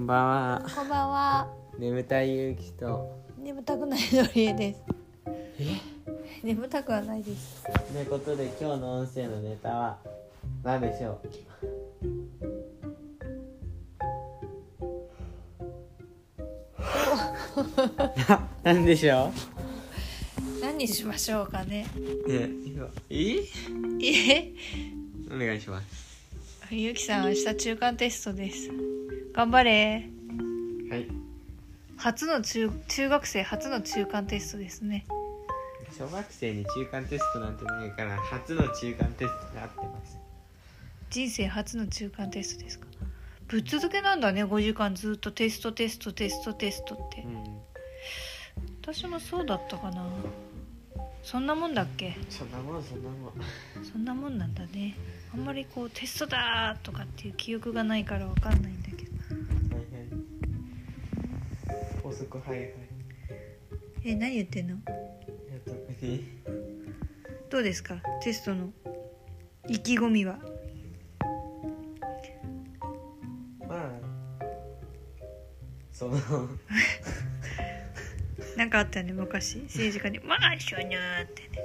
んばんは。 こんばんは。 眠たいゆうきと眠たくないのりえです。 え眠たくはないです。 ということで今日の音声のネタは何でしょう何でしょ何にしましょうかね。 うお願いします。 ゆきさん、明日中間テストです。頑張れ。 はい。 中学生初の中間テストですね。 小学生に中間テストなんてないから初の中間テストになってます。 人生初の中間テストですか。ぶっ続けなんだね。5時間ずっとテストって、私もそうだったかな。そんなもんだっけ。 そんなもんなんだね。あんまりこうテストだとかっていう記憶がないから分かんないんだけど。 高速はい何言ってんの。 特にどうですか、テストの意気込みは。 まあそのなんかあったよね、昔政治家にまあしょにゃーってね。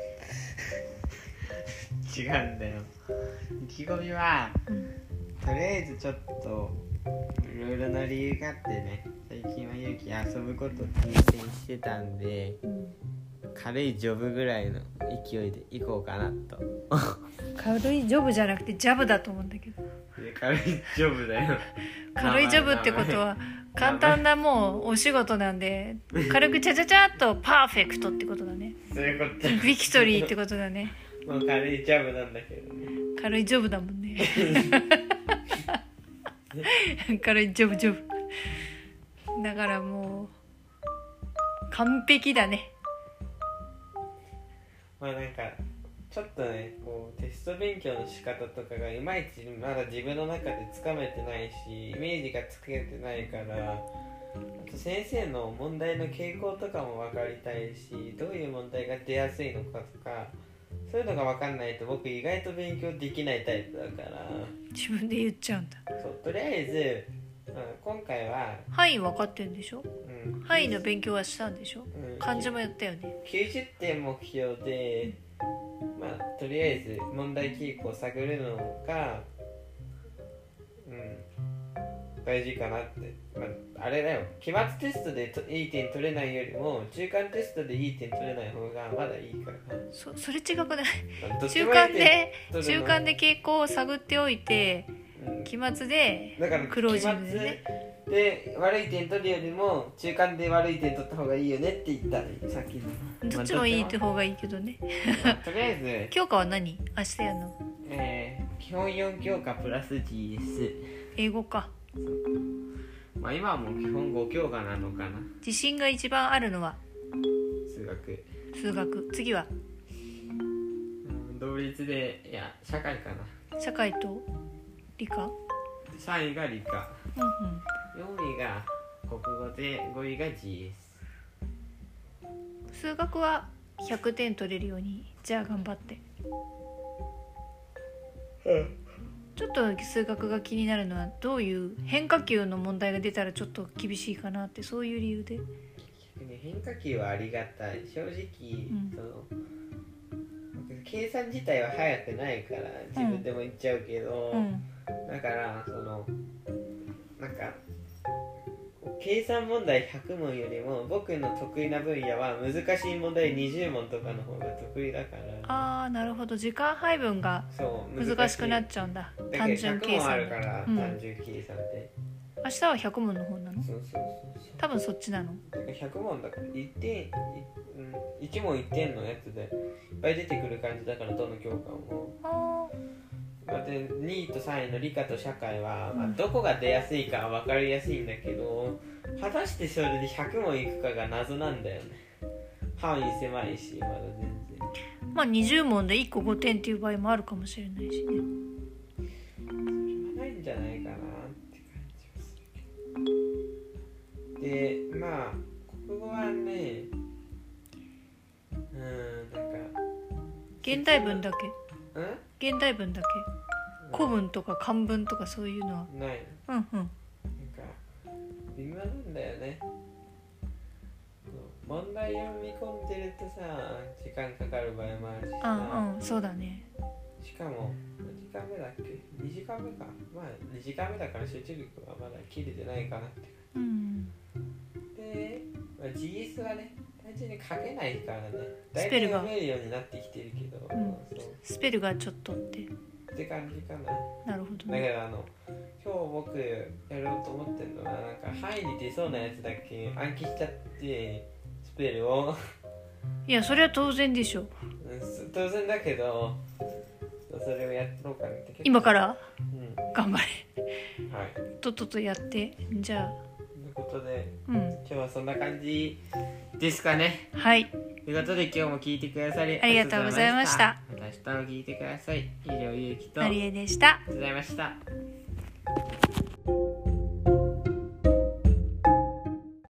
違うんだよ。意気込みは、とりあえずちょっといろいろな理由があってね、最近はゆうき遊ぶことを優先してたんで、軽いジョブぐらいの勢いで行こうかなと。 軽いジョブじゃなくてジャブだと思うんだけど。 軽いジョブだよ。 軽いジョブってことは簡単なもうお仕事なんで、軽くチャチャチャっとパーフェクトってことだね。 そういうこと。 ビクトリーってことだね。 もう軽いジョブなんだけどね。 軽いジョブだもんね。軽いジョブだからもう完璧だね。 まあなんかちょっとね、こうテスト勉強の仕方とかがいまいちまだ自分の中でつかめてないし、イメージがつけてないから、あと先生の問題の傾向とかも分かりたいし、どういう問題が出やすいのかとか、そういうのが分かんないと僕意外と勉強できないタイプだから。 自分で言っちゃうんだ。 そう、とりあえず、今回は範囲分かってるんでしょ。範囲の勉強はしたんでしょ。漢字もやったよね。 90点目標で、とりあえず問題傾向を探るのが、大事かなって。あれだよ、期末テストでいい点取れないよりも中間テストでいい点取れない方がまだいいから。 それ違くない？中間で傾向を探っておいて、期末でクロージングでね。 で悪い点取るよりも中間で悪い点取った方がいいよねって言ったさっきの。 どっちもいいって方がいいけどね。 とりあえず教科は何？明日やるの？ 基本4教科プラス GS。 英語か。 今はもう基本5教科なのかな。 自信が一番あるのは数学。次は同率で社会かな。 社会と理科。 3位が理科、4位が国語で5位が GS。 数学は100点取れるようにじゃあ頑張って。ちょっと数学が気になるのは、どういう変化球の問題が出たらちょっと厳しいかなって、そういう理由で。 変化球はありがたい。正直、計算自体は早くないから自分でも言っちゃうけど、だからなんか計算問題100問よりも僕の得意な分野は難しい問題20問とかの方が得意だから。 なるほど。時間配分が難しくなっちゃうんだ。単純計算 100問あるから、単純計算で。 明日は100問の方なの？ そう多分そっちなの。 100問だから1問1点のやつでいっぱい出てくる感じだから、どの教科も。で2位と3位の理科と社会は、どこが出やすいかは分かりやすいんだけど、果たしてそれで100問いくかが謎なんだよね。範囲狭いし、まだ全然。 20問で1個5点っていう場合もあるかもしれないしね。 それはないんじゃないかなって感じがするけど。で国語はね、 現代文だけ古文とか漢文とかそういうのはない。 うんうん。 なんかんだよね。問題読み込んでるとさ、時間かかる場合もあるしさ。 そうだね。 しかも何時間目だっけ、2時間目か。まあ2時間目だから集中力はまだ切れてないかなって感じ。で、GS はね、単純に書けないからね。だいぶ読めるようになってきてるけど、 そうスペルがちょっとって感じかな。 なるほど、 ね。だけど今日僕やろうと思ってるのは、なんか範囲に出そうなやつだけ暗記しちゃってスペルをいや、それは当然でしょ。 当然だけど、それをやろうかなって。 今から、頑張れ。 はい。 とっととやって。じゃあ。 ということで、今日はそんな感じですかね。 はい。 ということで今日も聞いてくださりありがとうございました。 また明日も聞いてください。以上、ゆうきとのりえでした。 ありがとうございました。